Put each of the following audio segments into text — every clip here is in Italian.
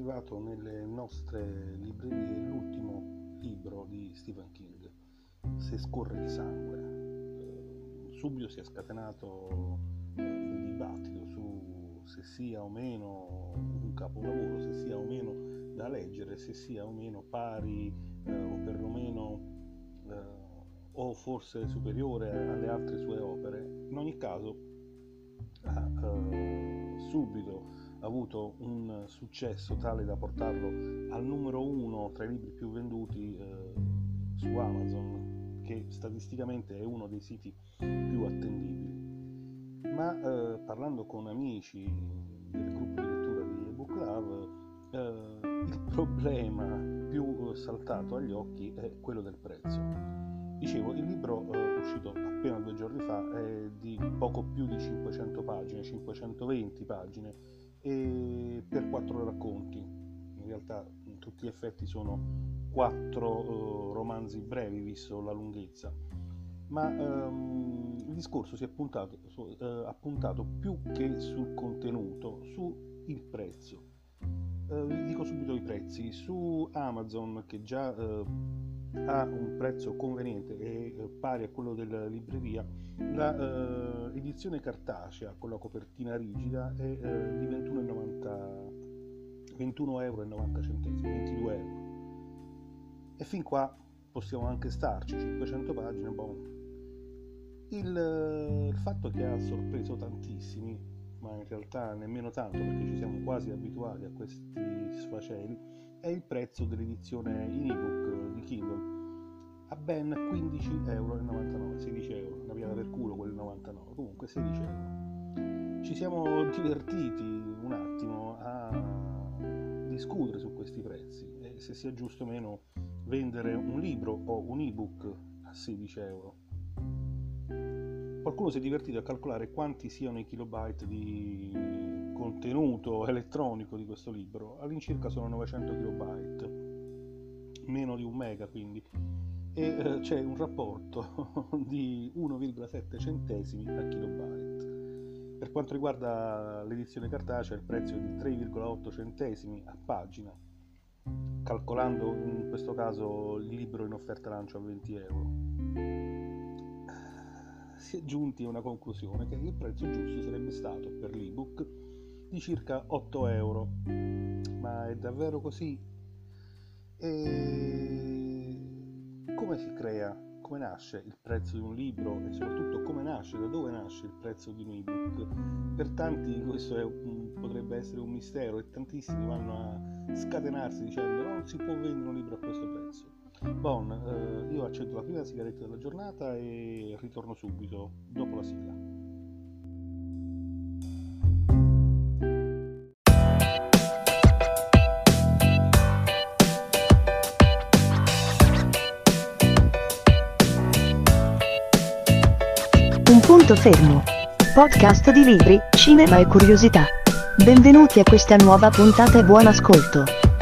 arrivato nelle nostre librerie l'ultimo libro di Stephen King, Se scorre il sangue. Subito si è scatenato il dibattito su se sia o meno un capolavoro, se sia o meno da leggere, se sia o meno pari o perlomeno o forse superiore alle altre sue opere. In ogni caso ha subito avuto un successo tale da portarlo al numero 1 tra i libri più venduti su Amazon, che statisticamente è uno dei siti più attendibili. Ma parlando con amici del gruppo di lettura di Ebook Love, il problema più saltato agli occhi è quello del prezzo. Dicevo, il libro uscito appena 2 giorni fa è di poco più di 500 pagine, 520 pagine, e per 4 racconti. In realtà in tutti gli effetti sono 4 romanzi brevi, visto la lunghezza. Ma il discorso si è puntato più che sul contenuto, sul prezzo. Vi dico subito i prezzi. Su Amazon, che già ha un prezzo conveniente e pari a quello della libreria, la edizione cartacea con la copertina rigida è di 21,90 euro, 22 euro. E fin qua possiamo anche starci, 500 pagine, buono. Il fatto che ha sorpreso tantissimi, ma in realtà nemmeno tanto perché ci siamo quasi abituati a questi sfaceli, è il prezzo dell'edizione in ebook di Kindle, a ben 15,99 euro, 16 euro, una piata per culo quel 99, comunque 16 euro. Ci siamo divertiti un attimo a discutere su questi prezzi e se sia giusto o meno vendere un libro o un ebook a 16 euro. Qualcuno si è divertito a calcolare quanti siano i kilobyte di contenuto elettronico di questo libro. All'incirca sono 900 kilobyte, meno di 1 mega quindi, e c'è un rapporto di 1,7 centesimi a kilobyte. Per quanto riguarda l'edizione cartacea il prezzo è di 3,8 centesimi a pagina, calcolando in questo caso il libro in offerta lancio a 20 euro. Si è giunti a una conclusione che il prezzo giusto sarebbe stato per l'ebook di circa 8 euro. Ma è davvero così? E come si crea, come nasce il prezzo di un libro e soprattutto come nasce, da dove nasce il prezzo di un ebook? Per tanti questo potrebbe essere un mistero e tantissimi vanno a scatenarsi dicendo non si può vendere un libro a questo prezzo. Io accendo la prima sigaretta della giornata e ritorno subito dopo la sigla. Un punto fermo. Podcast di libri, cinema e curiosità. Benvenuti a questa nuova puntata e buon ascolto.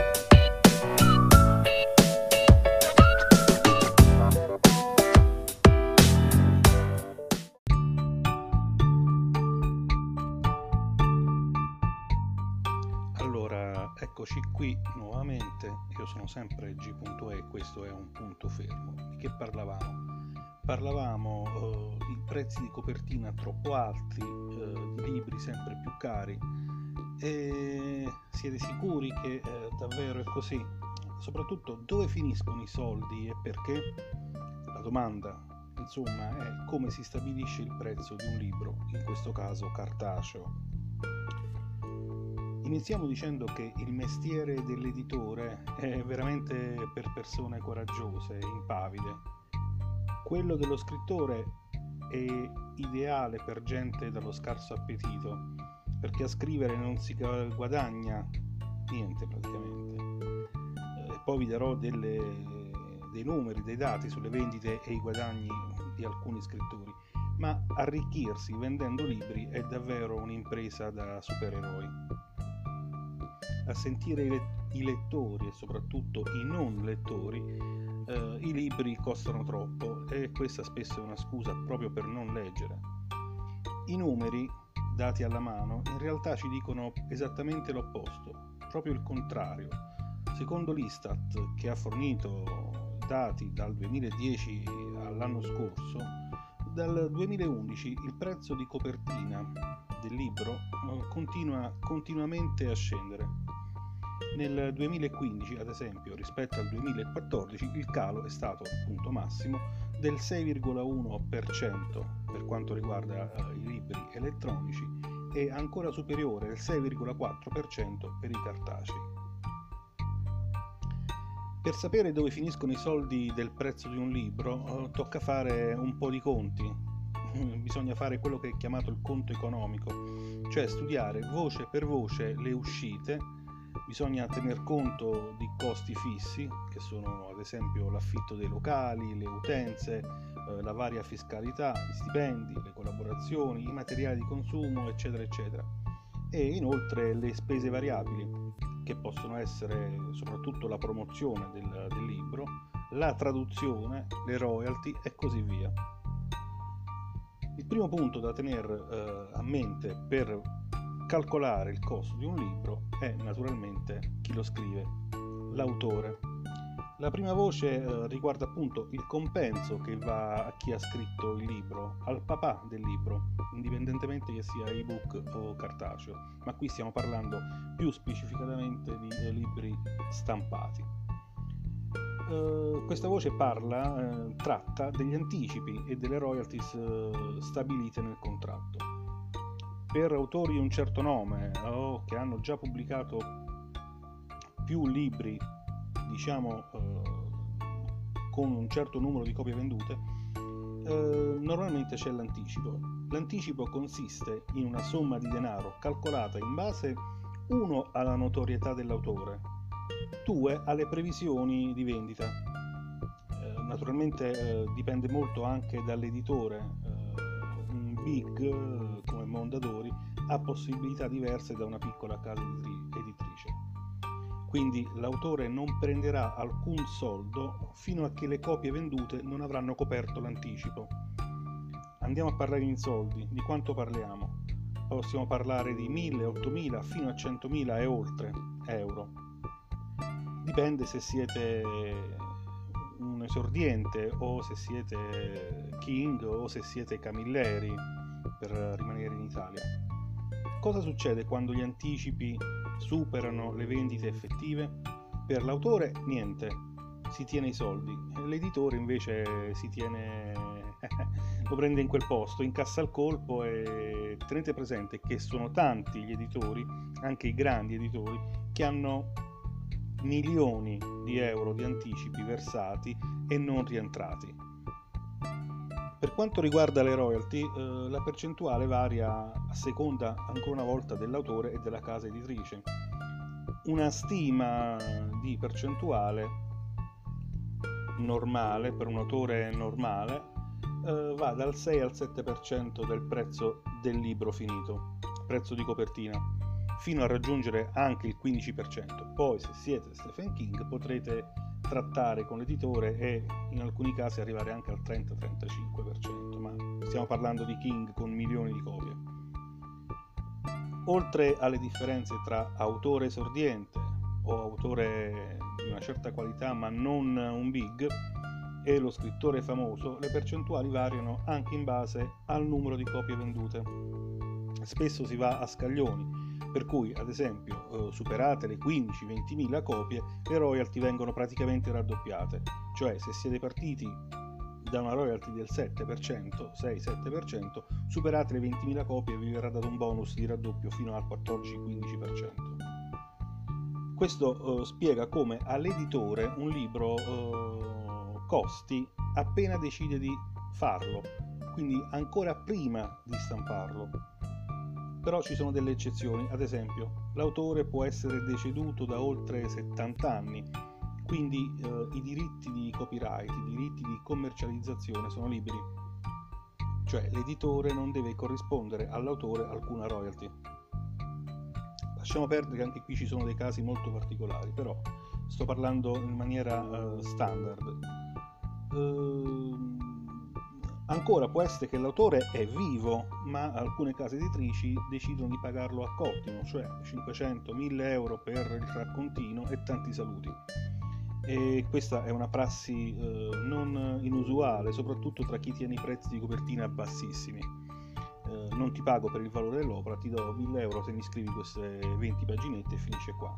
Eccoci qui nuovamente, io sono sempre G.E e questo è un punto fermo. Di che parlavamo? Parlavamo di prezzi di copertina troppo alti, di libri sempre più cari, e siete sicuri che davvero è così? Soprattutto dove finiscono i soldi e perché? La domanda, insomma, è come si stabilisce il prezzo di un libro, in questo caso cartaceo. Iniziamo dicendo che il mestiere dell'editore è veramente per persone coraggiose, impavide. Quello dello scrittore è ideale per gente dallo scarso appetito, perché a scrivere non si guadagna niente praticamente. E poi vi darò dei numeri, dei dati sulle vendite e i guadagni di alcuni scrittori, ma arricchirsi vendendo libri è davvero un'impresa da supereroi. A sentire i lettori e soprattutto i non lettori, i libri costano troppo e questa spesso è una scusa proprio per non leggere. I numeri dati alla mano in realtà ci dicono esattamente l'opposto, proprio il contrario. Secondo l'Istat, che ha fornito dati dal 2010 all'anno scorso, dal 2011 il prezzo di copertina del libro continua continuamente a scendere. Nel 2015, ad esempio, rispetto al 2014, il calo è stato al punto massimo del 6,1% per quanto riguarda i libri elettronici e ancora superiore del 6,4% per i cartacei. Per sapere dove finiscono i soldi del prezzo di un libro, tocca fare un po' di conti. Bisogna fare quello che è chiamato il conto economico, cioè studiare voce per voce le uscite. Bisogna tener conto di costi fissi, che sono ad esempio l'affitto dei locali, le utenze, la varia fiscalità, gli stipendi, le collaborazioni, i materiali di consumo, eccetera, eccetera. E inoltre le spese variabili, che possono essere soprattutto la promozione del libro, la traduzione, le royalty e così via. Il primo punto da tenere a mente per calcolare il costo di un libro è naturalmente chi lo scrive, l'autore. La prima voce riguarda appunto il compenso che va a chi ha scritto il libro, al papà del libro, indipendentemente che sia ebook o cartaceo, ma qui stiamo parlando più specificatamente di libri stampati. Questa voce tratta degli anticipi e delle royalties stabilite nel contratto. Per autori di un certo nome o che hanno già pubblicato più libri, diciamo con un certo numero di copie vendute, normalmente c'è l'anticipo. L'anticipo consiste in una somma di denaro calcolata in base 1 alla notorietà dell'autore, 2 alle previsioni di vendita. Naturalmente dipende molto anche dall'editore. Un big come Mondadori ha possibilità diverse da una piccola casa editrice. Quindi l'autore non prenderà alcun soldo fino a che le copie vendute non avranno coperto l'anticipo. Andiamo a parlare in soldi. Di quanto parliamo? Possiamo parlare di 1.000, 8.000 fino a 100.000 e oltre euro. Dipende se siete un esordiente o se siete King o se siete Camilleri, per rimanere in Italia. Cosa succede quando gli anticipi superano le vendite effettive? Per l'autore niente, si tiene i soldi, l'editore invece si tiene lo prende in quel posto, incassa il colpo. E tenete presente che sono tanti gli editori, anche i grandi editori, che hanno milioni di euro di anticipi versati e non rientrati. Per quanto riguarda le royalty, la percentuale varia a seconda ancora una volta dell'autore e della casa editrice. Una stima di percentuale normale per un autore normale va dal 6 al 7% del prezzo del libro finito, prezzo di copertina, fino a raggiungere anche il 15%. Poi, se siete Stephen King, potrete trattare con l'editore e in alcuni casi arrivare anche al 30-35%, ma stiamo parlando di King con milioni di copie. Oltre alle differenze tra autore esordiente o autore di una certa qualità ma non un big e lo scrittore famoso, le percentuali variano anche in base al numero di copie vendute. Spesso si va a scaglioni, per cui ad esempio superate le 15-20.000 copie, le royalty vengono praticamente raddoppiate, cioè se siete partiti da una royalty del 7%, 6-7%, superate le 20.000 copie e vi verrà dato un bonus di raddoppio fino al 14-15%. Questo spiega come all'editore un libro costi appena decide di farlo, quindi ancora prima di stamparlo. Però ci sono delle eccezioni, ad esempio l'autore può essere deceduto da oltre 70 anni, quindi i diritti di copyright, i diritti di commercializzazione sono liberi, cioè l'editore non deve corrispondere all'autore alcuna royalty. Lasciamo perdere che anche qui ci sono dei casi molto particolari, però sto parlando in maniera standard. Ancora può essere che l'autore è vivo, ma alcune case editrici decidono di pagarlo a cottimo, cioè 500-1000 euro per il raccontino e tanti saluti. E questa è una prassi non inusuale, soprattutto tra chi tiene i prezzi di copertina bassissimi. Non ti pago per il valore dell'opera, ti do 1000 euro se mi scrivi queste 20 paginette e finisce qua.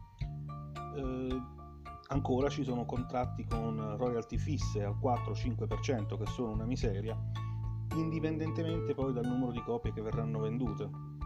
Ancora ci sono contratti con royalty fisse al 4-5%, che sono una miseria, indipendentemente poi dal numero di copie che verranno vendute.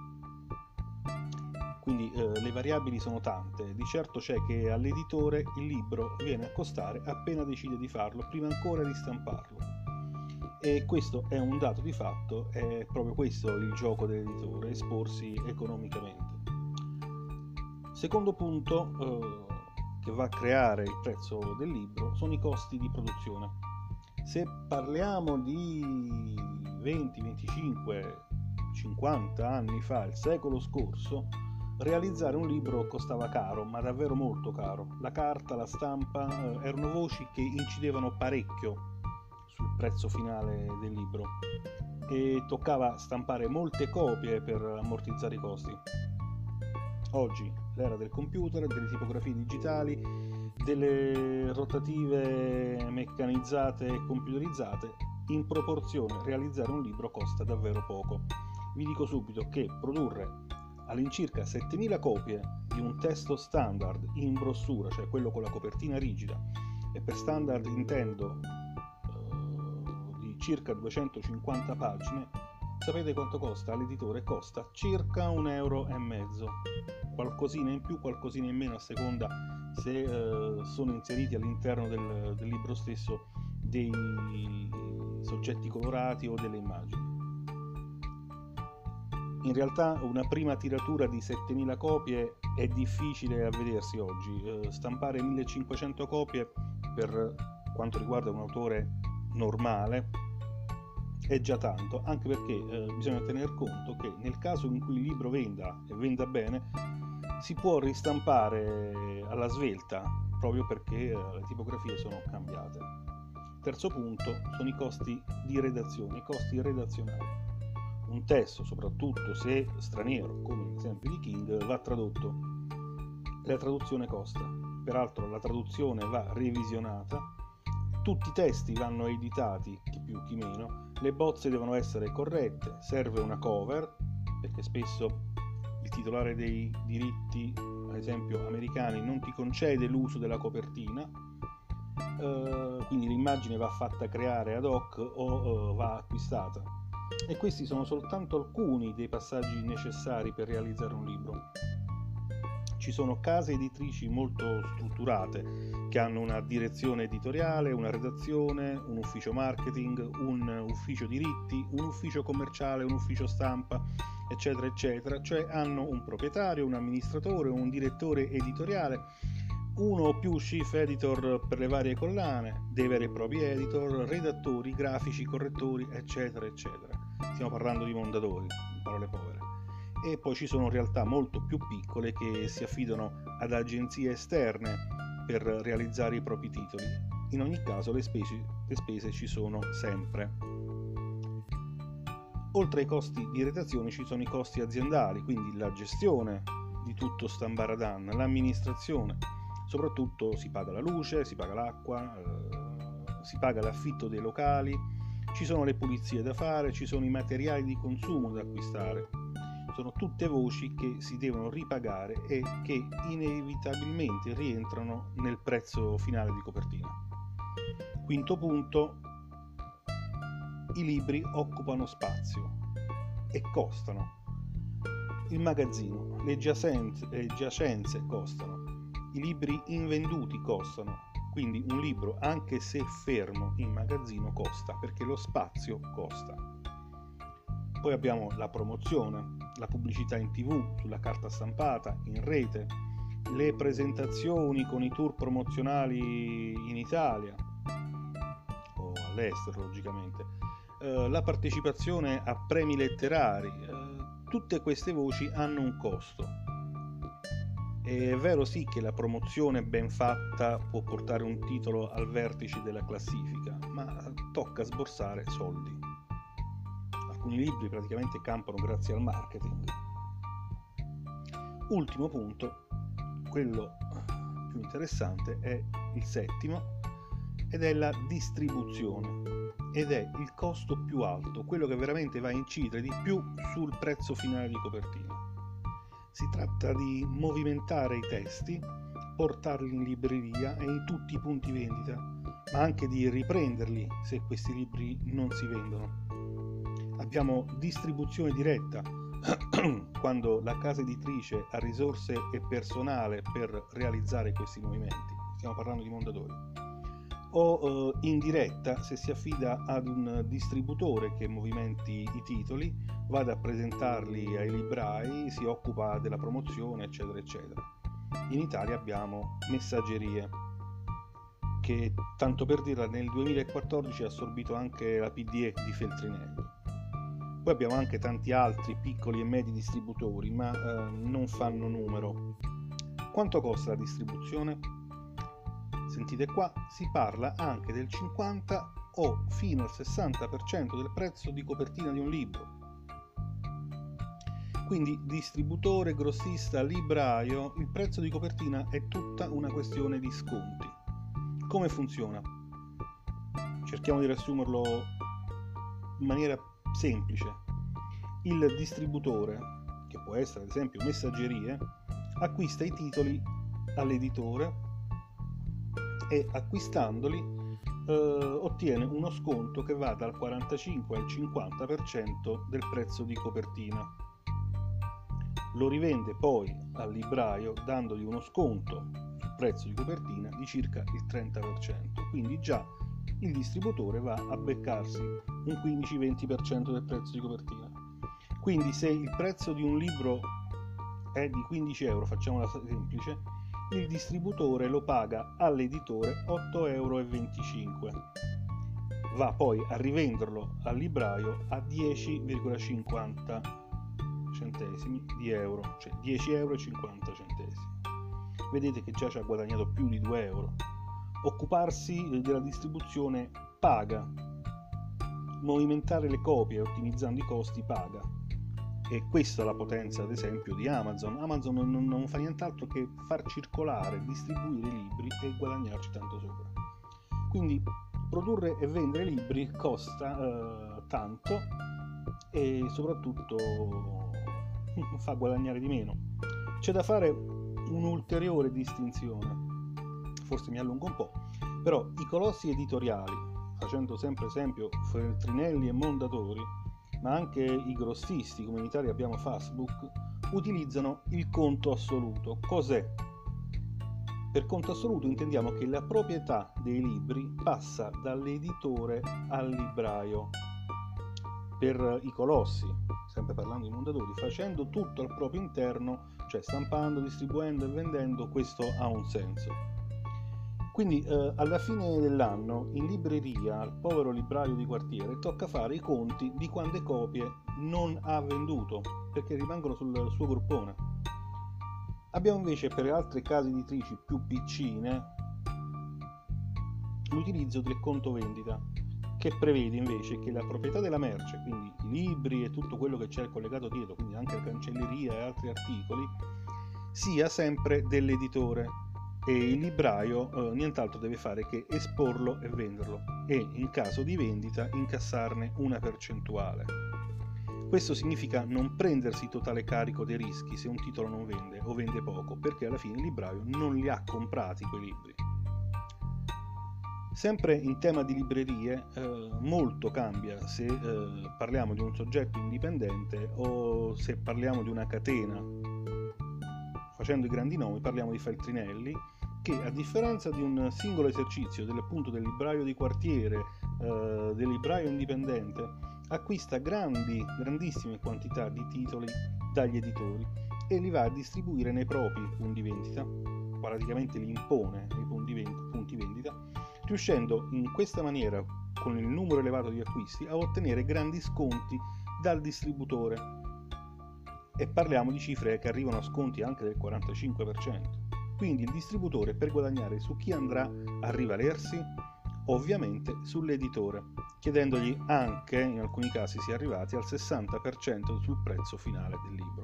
Quindi le variabili sono tante. Di certo c'è che all'editore il libro viene a costare appena decide di farlo, prima ancora di stamparlo. E questo è un dato di fatto, è proprio questo il gioco dell'editore, esporsi economicamente. Secondo punto che va a creare il prezzo del libro sono i costi di produzione. Se parliamo di 20, 25, 50 anni fa, il secolo scorso, realizzare un libro costava caro, ma davvero molto caro. La carta, la stampa erano voci che incidevano parecchio sul prezzo finale del libro e toccava stampare molte copie per ammortizzare i costi. Oggi l'era del computer, delle tipografie digitali, delle rotative meccanizzate e computerizzate, in proporzione realizzare un libro costa davvero poco. Vi dico subito che produrre all'incirca 7000 copie di un testo standard in brossura, cioè quello con la copertina rigida, e per standard intendo di circa 250 pagine, sapete quanto costa all'editore? Costa circa €1,50, qualcosina in più, qualcosina in meno a seconda se sono inseriti all'interno del libro stesso dei soggetti colorati o delle immagini. In realtà una prima tiratura di 7000 copie è difficile a vedersi oggi. Stampare 1500 copie per quanto riguarda un autore normale è già tanto, anche perché bisogna tener conto che nel caso in cui il libro venda e venda bene, si può ristampare alla svelta, proprio perché le tipografie sono cambiate. Terzo punto sono i costi di redazione, i costi redazionali. Un testo, soprattutto se straniero, come l'esempio di King, va tradotto. La traduzione costa. Peraltro la traduzione va revisionata, tutti i testi vanno editati, chi più chi meno, le bozze devono essere corrette, serve una cover, perché spesso il titolare dei diritti, ad esempio americani, non ti concede l'uso della copertina, quindi l'immagine va fatta creare ad hoc o va acquistata. E questi sono soltanto alcuni dei passaggi necessari per realizzare un libro. Ci sono case editrici molto strutturate che hanno una direzione editoriale, una redazione, un ufficio marketing, un ufficio diritti, un ufficio commerciale, un ufficio stampa, eccetera eccetera, cioè hanno un proprietario, un amministratore, un direttore editoriale, uno o più chief editor per le varie collane, dei veri e propri editor, redattori, grafici, correttori, eccetera eccetera. Stiamo parlando di Mondadori, in parole povere. E poi ci sono realtà molto più piccole che si affidano ad agenzie esterne per realizzare i propri titoli. In ogni caso le spese ci sono sempre. Oltre ai costi di redazione ci sono i costi aziendali, quindi la gestione di tutto sta ambaradan, l'amministrazione, soprattutto si paga la luce, si paga l'acqua, si paga l'affitto dei locali, ci sono le pulizie da fare, ci sono i materiali di consumo da acquistare. Sono tutte voci che si devono ripagare e che inevitabilmente rientrano nel prezzo finale di copertina. Quinto punto, i libri occupano spazio e costano. Il magazzino, le giacenze costano, i libri invenduti costano, quindi un libro anche se fermo in magazzino costa perché lo spazio costa. Poi abbiamo la promozione, la pubblicità in TV, sulla carta stampata, in rete, le presentazioni con i tour promozionali in Italia o all'estero logicamente, la partecipazione a premi letterari, tutte queste voci hanno un costo. È vero sì che la promozione ben fatta può portare un titolo al vertice della classifica, ma tocca sborsare soldi. Alcuni libri praticamente campano grazie al marketing. Ultimo punto, quello più interessante, è il settimo, ed è la distribuzione, ed è il costo più alto, quello che veramente va a incidere di più sul prezzo finale di copertina. Si tratta di movimentare i testi, portarli in libreria e in tutti i punti vendita, ma anche di riprenderli se questi libri non si vendono. Abbiamo distribuzione diretta quando la casa editrice ha risorse e personale per realizzare questi movimenti, stiamo parlando di Mondadori, o indiretta se si affida ad un distributore che movimenti i titoli, vada a presentarli ai librai, si occupa della promozione, eccetera eccetera. In Italia abbiamo Messaggerie, che, tanto per dirla, nel 2014 ha assorbito anche la PDE di Feltrinelli. Poi abbiamo anche tanti altri piccoli e medi distributori, ma non fanno numero. Quanto costa la distribuzione? Sentite qua, si parla anche del 50 o fino al 60% del prezzo di copertina di un libro. Quindi distributore, grossista, libraio, il prezzo di copertina è tutta una questione di sconti. Come funziona? Cerchiamo di riassumerlo in maniera semplice. Il distributore, che può essere ad esempio Messaggerie, acquista i titoli all'editore e acquistandoli ottiene uno sconto che va dal 45 al 50% del prezzo di copertina. Lo rivende poi al libraio dandogli uno sconto sul prezzo di copertina di circa il 30%, quindi già il distributore va a beccarsi un 15-20% del prezzo di copertina. Quindi se il prezzo di un libro è di 15 euro, facciamola semplice, il distributore lo paga all'editore 8,25 euro. Va poi a rivenderlo al libraio a 10,50 centesimi di euro, cioè 10,50 euro. Vedete che già ci ha guadagnato più di 2 euro. Occuparsi della distribuzione paga, movimentare le copie ottimizzando i costi paga, e questa è la potenza ad esempio di Amazon. Amazon non fa nient'altro che far circolare, distribuire i libri e guadagnarci tanto sopra. Quindi produrre e vendere libri costa tanto e soprattutto fa guadagnare di meno. C'è da fare un'ulteriore distinzione, forse mi allungo un po', però i colossi editoriali, facendo sempre esempio Feltrinelli e Mondadori, ma anche i grossisti, come in Italia abbiamo Fastbook, utilizzano il conto assoluto. Cos'è? Per conto assoluto intendiamo che la proprietà dei libri passa dall'editore al libraio. Per i colossi, sempre parlando di Mondadori, facendo tutto al proprio interno, cioè stampando, distribuendo e vendendo, questo ha un senso. Quindi alla fine dell'anno in libreria al povero libraio di quartiere tocca fare i conti di quante copie non ha venduto, perché rimangono sul suo gruppone. Abbiamo invece per altre case editrici più piccine l'utilizzo del conto vendita, che prevede invece che la proprietà della merce, quindi i libri e tutto quello che c'è collegato dietro, quindi anche la cancelleria e altri articoli, sia sempre dell'editore, e il libraio nient'altro deve fare che esporlo e venderlo, e in caso di vendita incassarne una percentuale. Questo significa non prendersi totale carico dei rischi se un titolo non vende o vende poco, perché alla fine il libraio non li ha comprati quei libri. Sempre in tema di librerie, molto cambia se parliamo di un soggetto indipendente o se parliamo di una catena. Facendo i grandi nomi parliamo di Feltrinelli, che a differenza di un singolo esercizio appunto del libraio di quartiere, del libraio indipendente, acquista grandissime quantità di titoli dagli editori e li va a distribuire nei propri punti vendita, praticamente li impone nei punti vendita, riuscendo in questa maniera, con il numero elevato di acquisti, a ottenere grandi sconti dal distributore, e parliamo di cifre che arrivano a sconti anche del 45%. Quindi il distributore, per guadagnare su chi andrà a rivalersi, ovviamente sull'editore, chiedendogli anche, in alcuni casi si è arrivati al 60% sul prezzo finale del libro.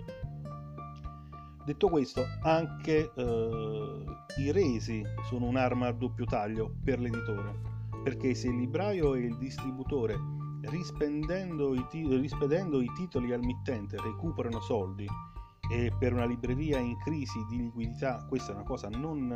Detto questo, anche i resi sono un'arma a doppio taglio per l'editore, perché se il libraio e il distributore, rispedendo i titoli al mittente, recuperano soldi, e per una libreria in crisi di liquidità questa è una cosa non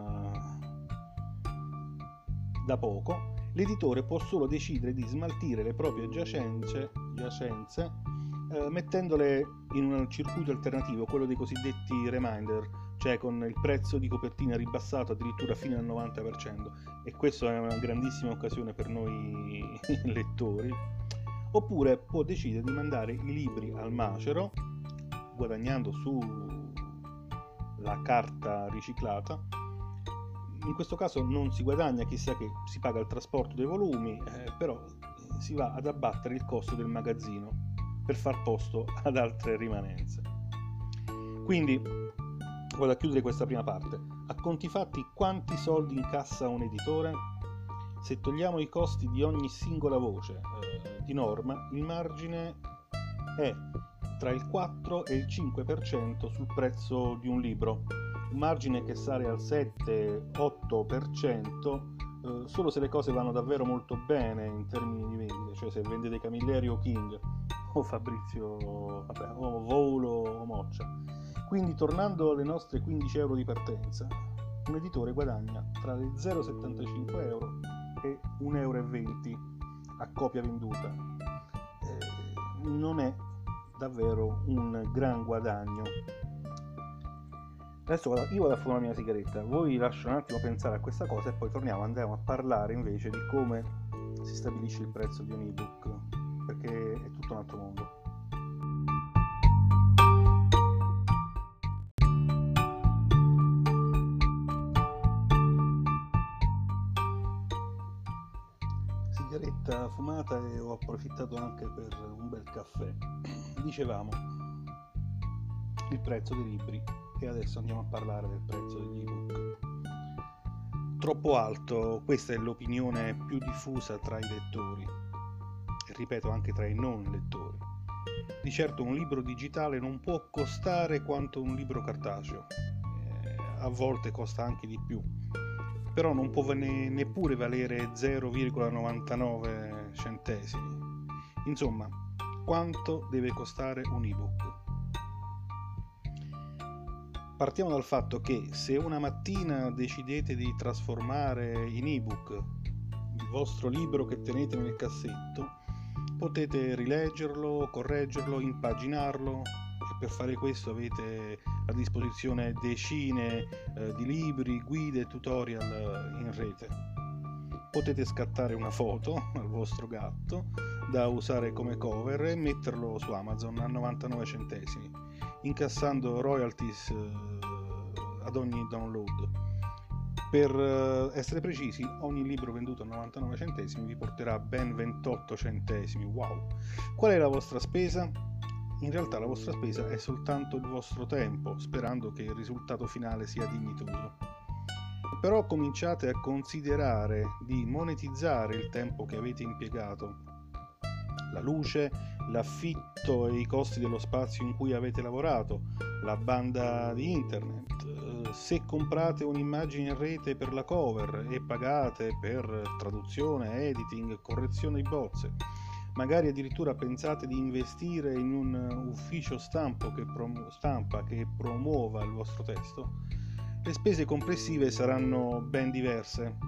da poco, l'editore può solo decidere di smaltire le proprie giacenze mettendole in un circuito alternativo, quello dei cosiddetti reminder, cioè con il prezzo di copertina ribassato addirittura fino al 90%, e questa è una grandissima occasione per noi lettori. Oppure può decidere di mandare i libri al macero, guadagnando sulla carta riciclata. In questo caso non si guadagna chissà che, si paga il trasporto dei volumi, però si va ad abbattere il costo del magazzino per far posto ad altre rimanenze. Quindi vado a chiudere questa prima parte. A conti fatti, quanti soldi incassa un editore? Se togliamo i costi di ogni singola voce di norma, il margine è tra il 4 e il 5% sul prezzo di un libro, un margine che sale al 7-8% solo se le cose vanno davvero molto bene in termini di vendite, cioè se vendete Camilleri o King o Fabrizio, o Volo o Moccia. Quindi, tornando alle nostre 15 euro di partenza, un editore guadagna tra le 0,75 euro e 1,20 euro a copia venduta. Non è davvero un gran guadagno. Adesso io vado a fumare la mia sigaretta, voi lascio un attimo pensare a questa cosa e poi andiamo a parlare invece di come si stabilisce il prezzo di un ebook, perché è tutto un altro mondo. Sigaretta fumata, e ho approfittato anche per un bel caffè. Dicevamo il prezzo dei libri, e adesso andiamo a parlare del prezzo degli ebook. Troppo alto, questa è l'opinione più diffusa tra i lettori, e ripeto anche tra i non lettori. Di certo un libro digitale non può costare quanto un libro cartaceo, a volte costa anche di più, però non può neppure valere 0,99 centesimi. Insomma, quanto deve costare un ebook? Partiamo dal fatto che se una mattina decidete di trasformare in ebook il vostro libro che tenete nel cassetto, potete rileggerlo, correggerlo, impaginarlo, e per fare questo avete a disposizione decine di libri, guide, tutorial in rete. Potete scattare una foto al vostro gatto da usare come cover e metterlo su Amazon a 99 centesimi, incassando royalties ad ogni download. Per essere precisi, ogni libro venduto a 99 centesimi vi porterà ben 28 centesimi. Wow! Qual è la vostra spesa? In realtà la vostra spesa è soltanto il vostro tempo, sperando che il risultato finale sia dignitoso. Però cominciate a considerare di monetizzare il tempo che avete impiegato, la luce, l'affitto e i costi dello spazio in cui avete lavorato, la banda di internet. Se comprate un'immagine in rete per la cover e pagate per traduzione, editing, correzione di bozze, magari addirittura pensate di investire in un ufficio stampa che promuova il vostro testo, le spese complessive saranno ben diverse,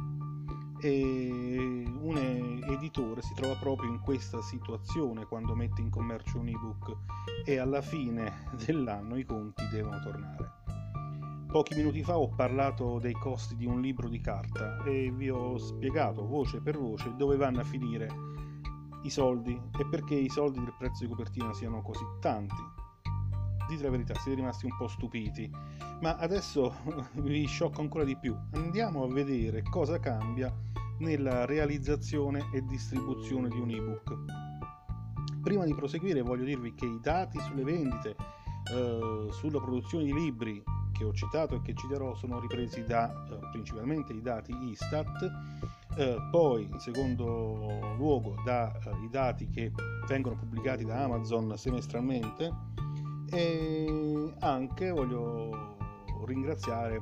e un editore si trova proprio in questa situazione quando mette in commercio un ebook, e alla fine dell'anno i conti devono tornare. Pochi minuti fa ho parlato dei costi di un libro di carta e vi ho spiegato voce per voce dove vanno a finire i soldi e perché i soldi del prezzo di copertina siano così tanti. Dite la verità, siete rimasti un po' stupiti, ma adesso vi sciocco ancora di più. Andiamo a vedere cosa cambia nella realizzazione e distribuzione di un ebook. Prima di proseguire voglio dirvi che i dati sulle vendite, sulla produzione di libri che ho citato e che citerò sono ripresi da principalmente i dati Istat, Poi in secondo luogo dai dati che vengono pubblicati da Amazon semestralmente, e anche voglio ringraziare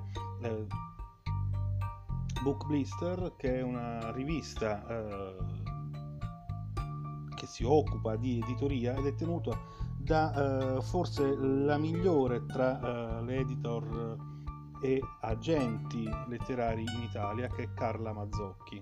Book Blister, che è una rivista che si occupa di editoria ed è tenuta da forse la migliore tra le editor e agenti letterari in Italia, che è Carla Mazzocchi.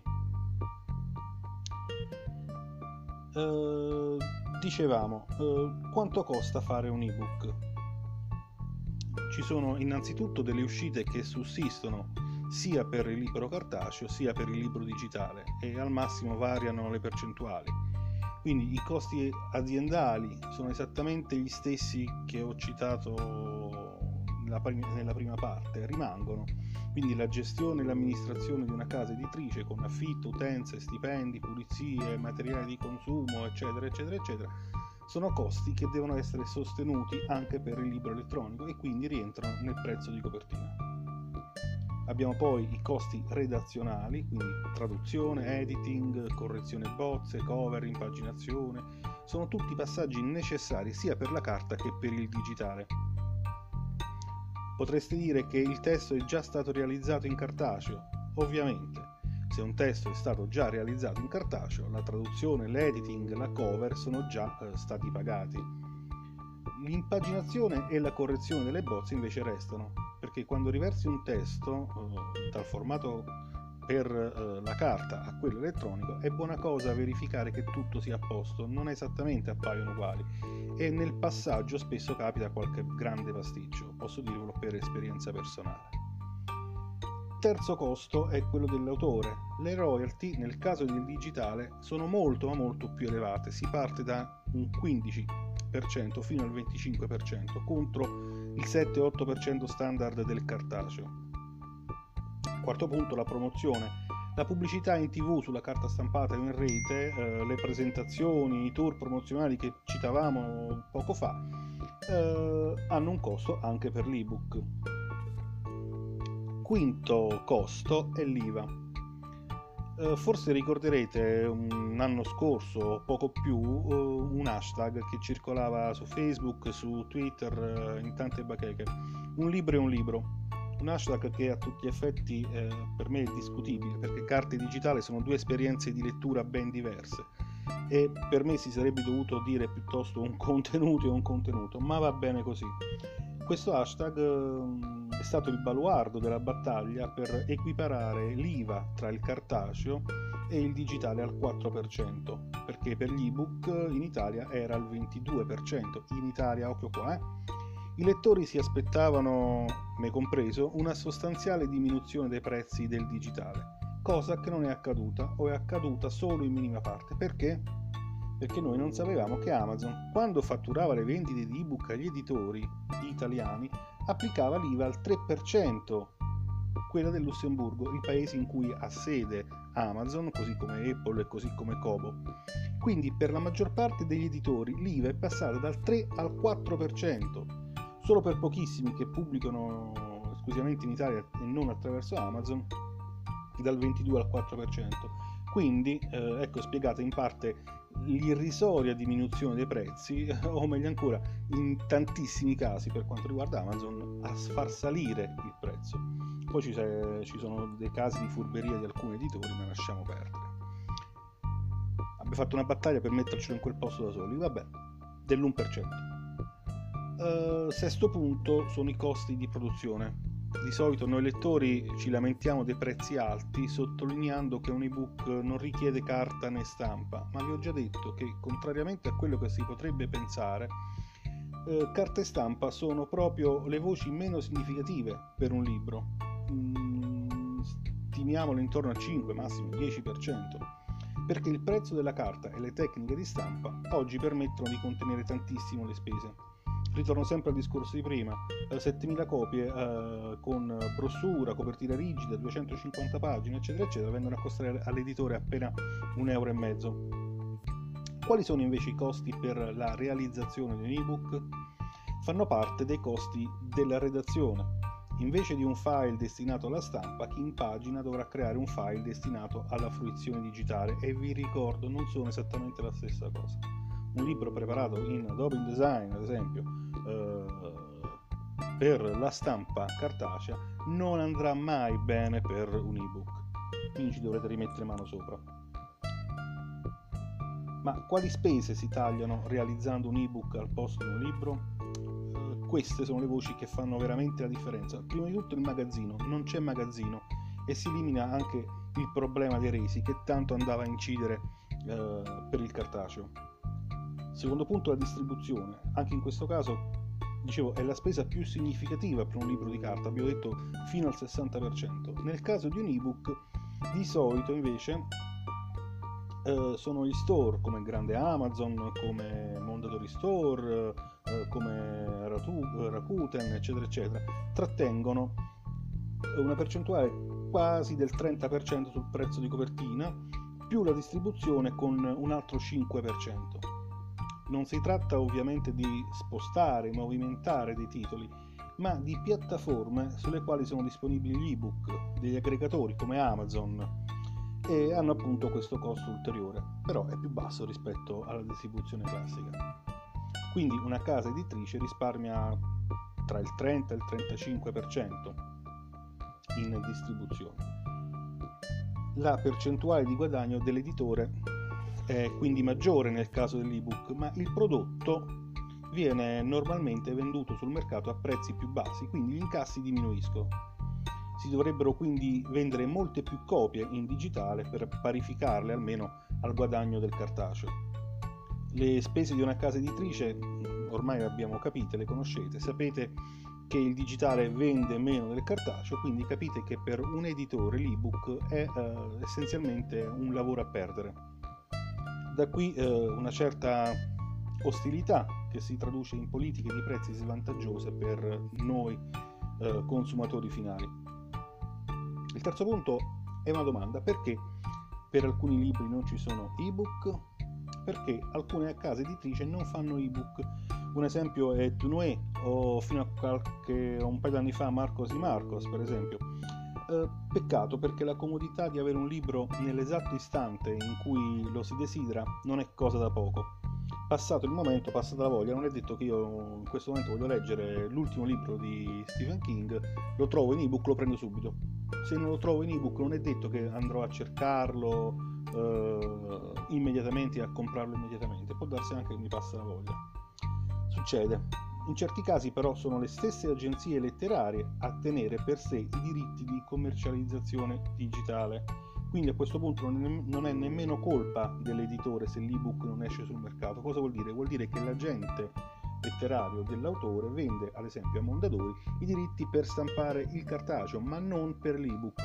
Dicevamo, quanto costa fare un ebook? Ci sono innanzitutto delle uscite che sussistono sia per il libro cartaceo sia per il libro digitale, e al massimo variano le percentuali. Quindi i costi aziendali sono esattamente gli stessi che ho citato nella prima parte, rimangono. Quindi la gestione e l'amministrazione di una casa editrice, con affitto, utenze, stipendi, pulizie, materiali di consumo, eccetera, eccetera, eccetera, sono costi che devono essere sostenuti anche per il libro elettronico e quindi rientrano nel prezzo di copertina. Abbiamo poi i costi redazionali, quindi traduzione, editing, correzione bozze, cover, impaginazione. Sono tutti passaggi necessari sia per la carta che per il digitale. Potreste dire che il testo è già stato realizzato in cartaceo? Ovviamente, se un testo è stato già realizzato in cartaceo, la traduzione, l'editing, la cover sono già stati pagati. L'impaginazione e la correzione delle bozze invece restano, perché quando riversi un testo dal formato per la carta a quello elettronico, è buona cosa verificare che tutto sia a posto, non esattamente appaiono uguali, e nel passaggio spesso capita qualche grande pasticcio, posso dirvelo per esperienza personale. Terzo costo è quello dell'autore. Le royalty nel caso del digitale sono molto ma molto più elevate, si parte da un 15% fino al 25% contro il 7-8% standard del cartaceo. Quarto punto, la promozione. La pubblicità in TV, sulla carta stampata o in rete, le presentazioni, i tour promozionali che citavamo poco fa, hanno un costo anche per l'ebook. Quinto costo è l'IVA. Forse ricorderete un anno scorso o poco più un hashtag che circolava su Facebook, su Twitter, in tante bacheche: un libro è un libro. Un hashtag che a tutti gli effetti per me è discutibile, perché carta e digitale sono due esperienze di lettura ben diverse e per me si sarebbe dovuto dire piuttosto un contenuto e un contenuto, ma va bene così. Questo hashtag è stato il baluardo della battaglia per equiparare l'IVA tra il cartaceo e il digitale al 4%, perché per gli ebook in Italia era al 22%, in Italia, occhio qua, I lettori si aspettavano, me compreso, una sostanziale diminuzione dei prezzi del digitale, cosa che non è accaduta o è accaduta solo in minima parte. Perché? Perché noi non sapevamo che Amazon, quando fatturava le vendite di ebook agli editori italiani, applicava l'IVA al 3%, quella del Lussemburgo, il paese in cui ha sede Amazon, così come Apple e così come Kobo. Quindi per la maggior parte degli editori l'IVA è passata dal 3 al 4%, solo per pochissimi che pubblicano esclusivamente in Italia e non attraverso Amazon, dal 22 al 4%. Quindi ecco spiegata in parte l'irrisoria diminuzione dei prezzi, o meglio ancora, in tantissimi casi per quanto riguarda Amazon, a far salire il prezzo. Poi ci sono dei casi di furberia di alcuni editori, ma lasciamo perdere. Abbiamo fatto una battaglia per mettercelo in quel posto da soli, vabbè, dell'1%. Sesto punto sono i costi di produzione. Di solito noi lettori ci lamentiamo dei prezzi alti, sottolineando che un ebook non richiede carta né stampa, ma vi ho già detto che, contrariamente a quello che si potrebbe pensare, carta e stampa sono proprio le voci meno significative per un libro. Stimiamolo intorno al 5, massimo 10%, perché il prezzo della carta e le tecniche di stampa oggi permettono di contenere tantissimo le spese. Ritorno sempre al discorso di prima: 7000 copie con brossura, copertina rigida, 250 pagine, eccetera eccetera, vengono a costare all'editore appena €1,50. Quali sono invece i costi per la realizzazione di un ebook? Fanno parte dei costi della redazione. Invece di un file destinato alla stampa, chi impagina dovrà creare un file destinato alla fruizione digitale, e vi ricordo, non sono esattamente la stessa cosa. Un libro preparato in Adobe InDesign, ad esempio, per la stampa cartacea, non andrà mai bene per un ebook, quindi ci dovrete rimettere mano sopra. Ma quali spese si tagliano realizzando un ebook al posto di un libro? Queste sono le voci che fanno veramente la differenza. Prima di tutto il magazzino, non c'è magazzino e si elimina anche il problema dei resi che tanto andava a incidere per il cartaceo. Secondo punto, la distribuzione. Anche in questo caso, dicevo, è la spesa più significativa per un libro di carta, abbiamo detto fino al 60%. Nel caso di un ebook, di solito invece sono gli store come grande Amazon, come Mondadori Store, come Rakuten, eccetera eccetera, trattengono una percentuale quasi del 30% sul prezzo di copertina, più la distribuzione con un altro 5%. Non si tratta ovviamente di spostare, movimentare dei titoli, ma di piattaforme sulle quali sono disponibili gli ebook, degli aggregatori come Amazon, e hanno appunto questo costo ulteriore, però è più basso rispetto alla distribuzione classica. Quindi una casa editrice risparmia tra il 30 e il 35% in distribuzione. La percentuale di guadagno dell'editore è quindi maggiore nel caso dell'ebook, ma il prodotto viene normalmente venduto sul mercato a prezzi più bassi, quindi gli incassi diminuiscono. Si dovrebbero quindi vendere molte più copie in digitale per parificarle almeno al guadagno del cartaceo. Le spese di una casa editrice ormai le abbiamo capite, le conoscete, sapete che il digitale vende meno del cartaceo, quindi capite che per un editore l'ebook è essenzialmente un lavoro a perdere. Da qui una certa ostilità che si traduce in politiche di prezzi svantaggiose per noi consumatori finali. Il terzo punto è una domanda: perché per alcuni libri non ci sono ebook? Perché alcune case editrici non fanno ebook? Un esempio è Tunue, o fino a un paio d'anni fa Marcos y Marcos, per esempio. Peccato, perché la comodità di avere un libro nell'esatto istante in cui lo si desidera non è cosa da poco. Passato il momento, passata la voglia, non è detto che io in questo momento voglio leggere l'ultimo libro di Stephen King, lo trovo in ebook, lo prendo subito. Se non lo trovo in ebook non è detto che andrò a cercarlo immediatamente, a comprarlo immediatamente, può darsi anche che mi passa la voglia. Succede. In certi casi però sono le stesse agenzie letterarie a tenere per sé i diritti di commercializzazione digitale. Quindi a questo punto non è nemmeno colpa dell'editore se l'ebook non esce sul mercato. Cosa vuol dire? Vuol dire che l'agente letterario dell'autore vende, ad esempio a Mondadori, i diritti per stampare il cartaceo, ma non per l'ebook.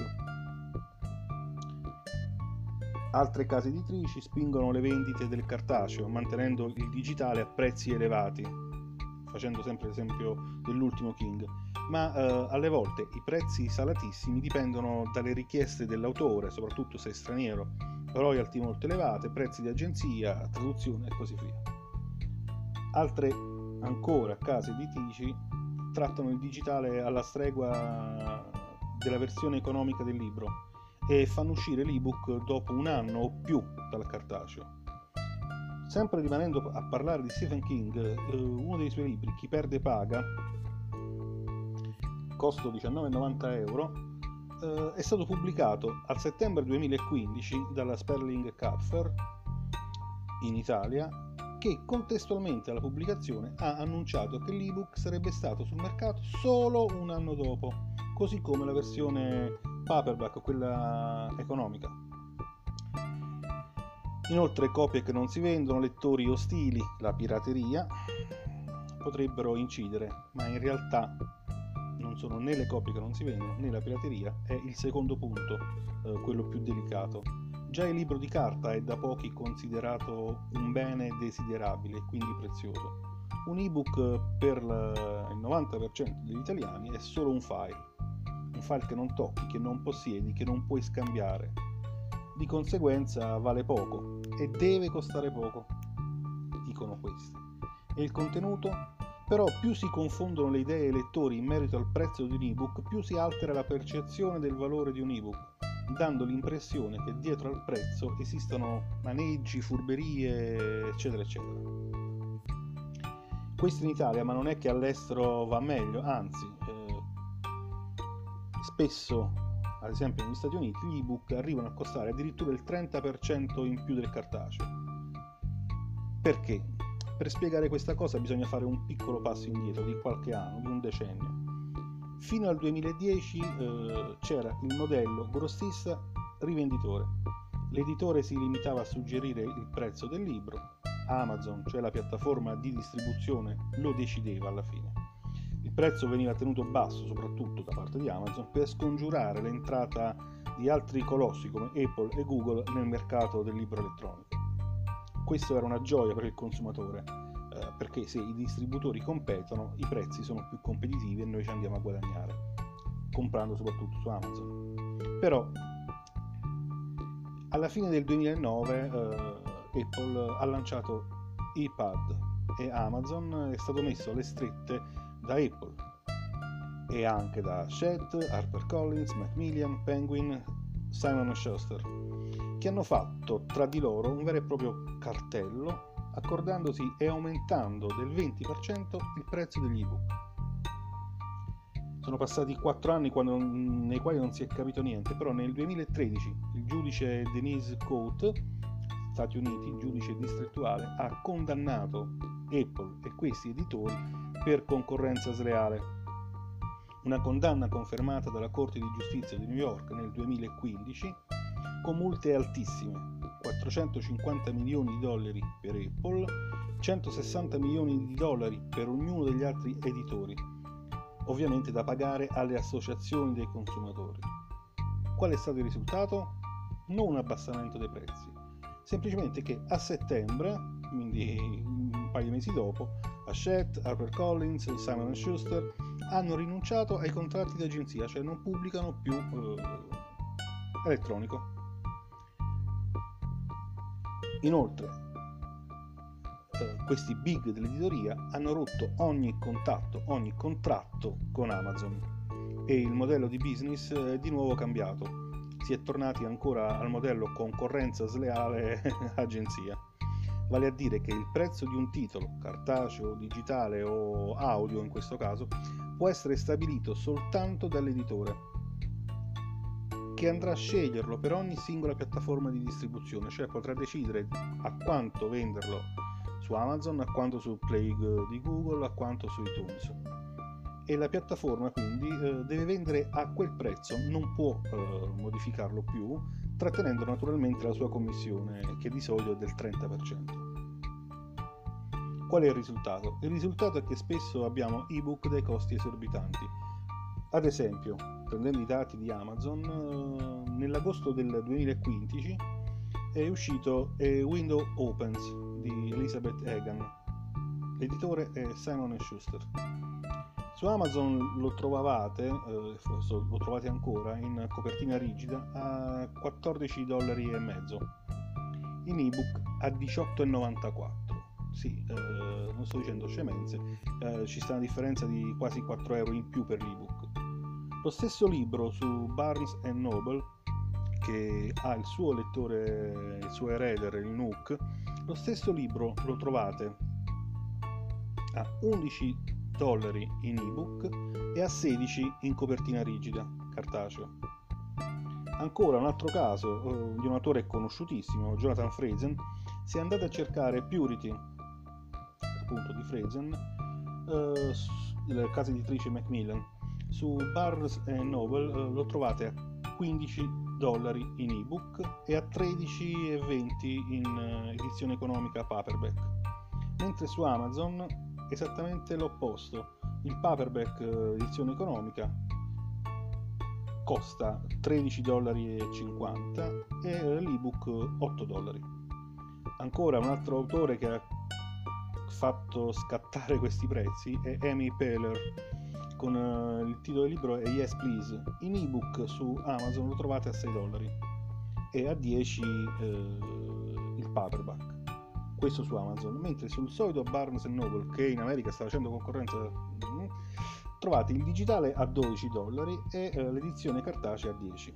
Altre case editrici spingono le vendite del cartaceo, mantenendo il digitale a prezzi elevati, facendo sempre l'esempio dell'ultimo King, ma alle volte i prezzi salatissimi dipendono dalle richieste dell'autore, soprattutto se è straniero, royalty molto elevate, prezzi di agenzia, traduzione e così via. Altre ancora case editrici trattano il digitale alla stregua della versione economica del libro e fanno uscire l'ebook dopo un anno o più dal cartaceo. Sempre rimanendo a parlare di Stephen King, uno dei suoi libri, Chi perde paga, costo 19,90 €, è stato pubblicato al settembre 2015 dalla Sperling Kapfer in Italia, che contestualmente alla pubblicazione ha annunciato che l'ebook sarebbe stato sul mercato solo un anno dopo, così come la versione paperback, quella economica. Inoltre copie che non si vendono, lettori ostili, la pirateria potrebbero incidere, ma in realtà non sono né le copie che non si vendono né la pirateria, è il secondo punto, quello più delicato. Già il libro di carta è da pochi considerato un bene desiderabile e quindi prezioso. Un ebook per il 90% degli italiani è solo un file che non tocchi, che non possiedi, che non puoi scambiare. Di conseguenza vale poco e deve costare poco, dicono questi. E il contenuto? Però più si confondono le idee ai lettori in merito al prezzo di un ebook, più si altera la percezione del valore di un ebook, dando l'impressione che dietro al prezzo esistano maneggi, furberie, eccetera, eccetera. Questo in Italia, ma non è che all'estero va meglio, anzi, spesso, ad esempio negli Stati Uniti, gli ebook arrivano a costare addirittura il 30% in più del cartaceo. Perché? Per spiegare questa cosa bisogna fare un piccolo passo indietro di qualche anno, di un decennio. Fino al 2010 c'era il modello grossista-rivenditore. L'editore si limitava a suggerire il prezzo del libro, Amazon, cioè la piattaforma di distribuzione, lo decideva alla fine. Il prezzo veniva tenuto basso soprattutto da parte di Amazon per scongiurare l'entrata di altri colossi come Apple e Google nel mercato del libro elettronico. Questo era una gioia per il consumatore, perché se i distributori competono, i prezzi sono più competitivi e noi ci andiamo a guadagnare, comprando soprattutto su Amazon. Però, alla fine del 2009, Apple ha lanciato iPad e Amazon è stato messo alle strette da Apple e anche da Shed, HarperCollins, Macmillan, Penguin, Simon & Schuster, che hanno fatto tra di loro un vero e proprio cartello, accordandosi e aumentando del 20% il prezzo degli ebook. Sono passati 4 anni nei quali non si è capito niente, però nel 2013 il giudice Denise Cote, Stati Uniti, giudice distrettuale, ha condannato Apple e questi editori per concorrenza sleale. Una condanna confermata dalla Corte di Giustizia di New York nel 2015 con multe altissime, $450 milioni per Apple, $160 milioni per ognuno degli altri editori, ovviamente da pagare alle associazioni dei consumatori. Qual è stato il risultato? Non un abbassamento dei prezzi, semplicemente che a settembre, quindi un paio di mesi dopo, Hachette, HarperCollins, Simon & Schuster hanno rinunciato ai contratti d'agenzia, cioè non pubblicano più elettronico. Inoltre, questi big dell'editoria hanno rotto ogni contatto, ogni contratto con Amazon e il modello di business è di nuovo cambiato. Si è tornati ancora al modello concorrenza sleale agenzia, vale a dire che il prezzo di un titolo, cartaceo, digitale o audio in questo caso, può essere stabilito soltanto dall'editore, che andrà a sceglierlo per ogni singola piattaforma di distribuzione, cioè potrà decidere a quanto venderlo su Amazon, a quanto su Play di Google, a quanto su iTunes. E la piattaforma quindi deve vendere a quel prezzo, non può modificarlo più, trattenendo naturalmente la sua commissione, che di solito è del 30%. Qual è il risultato? Il risultato è che spesso abbiamo ebook dai costi esorbitanti. Ad esempio, prendendo i dati di Amazon, nell'agosto del 2015 è uscito A Window Opens di Elizabeth Egan. L'editore è Simon & Schuster. Su Amazon lo trovate ancora in copertina rigida a $14,50, in ebook a $18,94. Sì, non sto dicendo scemenze, ci sta una differenza di quasi €4 in più per l'ebook. Lo stesso libro su Barnes & Noble, che ha il suo lettore, il suo e-reader, il Nook, lo stesso libro lo trovate a $11 in ebook e a $16 in copertina rigida, cartaceo. Ancora un altro caso di un autore conosciutissimo, Jonathan Franzen, si è andato a cercare Purity, appunto di Franzen, la casa editrice Macmillan. Su Barnes & Noble lo trovate a $15 in ebook e a $13,20 in edizione economica paperback, mentre su Amazon esattamente l'opposto. Il paperback edizione economica costa $13,50 e l'ebook $8. Ancora un altro autore che ha fatto scattare questi prezzi è Amy Poehler, con il titolo del libro è Yes Please. In ebook su Amazon lo trovate a $6 e a $10 il paperback. questo su Amazon, mentre sul solito Barnes Noble, che in America sta facendo concorrenza, trovate il digitale a $12 e l'edizione cartacea a 10.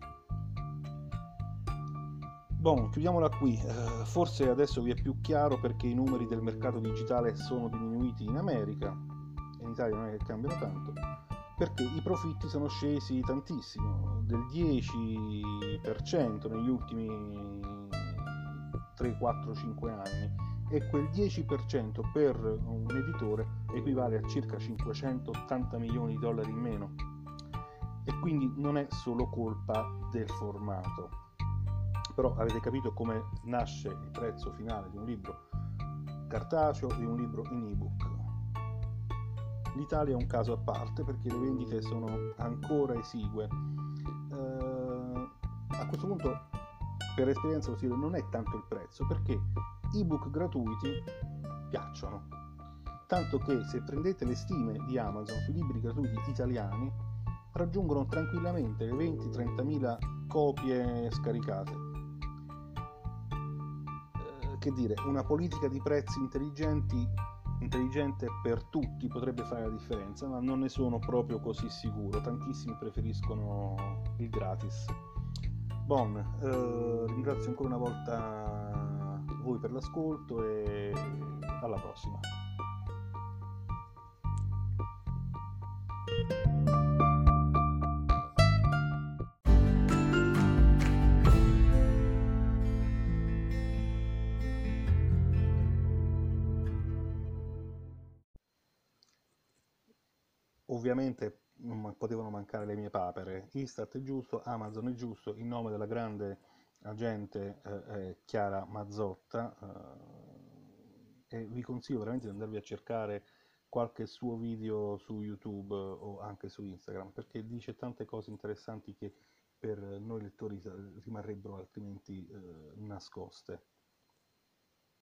Bon, chiudiamola qui. Forse adesso vi è più chiaro perché i numeri del mercato digitale sono diminuiti in America, in Italia non è che cambiano tanto, perché i profitti sono scesi tantissimo, del 10% negli ultimi 3, 4, 5 anni, e quel 10% per un editore equivale a circa 580 milioni di dollari in meno, e quindi non è solo colpa del formato. Però avete capito come nasce il prezzo finale di un libro cartaceo e di un libro in ebook. L'Italia è un caso a parte perché le vendite sono ancora esigue. A questo punto, per esperienza lo dico, non è tanto il prezzo, perché ebook gratuiti piacciono, tanto che se prendete le stime di Amazon sui libri gratuiti italiani raggiungono tranquillamente le 20-30.000 copie scaricate. Che dire, una politica di prezzi intelligente per tutti potrebbe fare la differenza, ma non ne sono proprio così sicuro. Tantissimi preferiscono il gratis. Ringrazio ancora una volta voi per l'ascolto e alla prossima. Ovviamente non potevano mancare le mie papere. Istat è giusto, Amazon è giusto, in nome della grande agente Chiara Mazzotta, e vi consiglio veramente di andarvi a cercare qualche suo video su YouTube o anche su Instagram, perché dice tante cose interessanti che per noi lettori rimarrebbero altrimenti nascoste.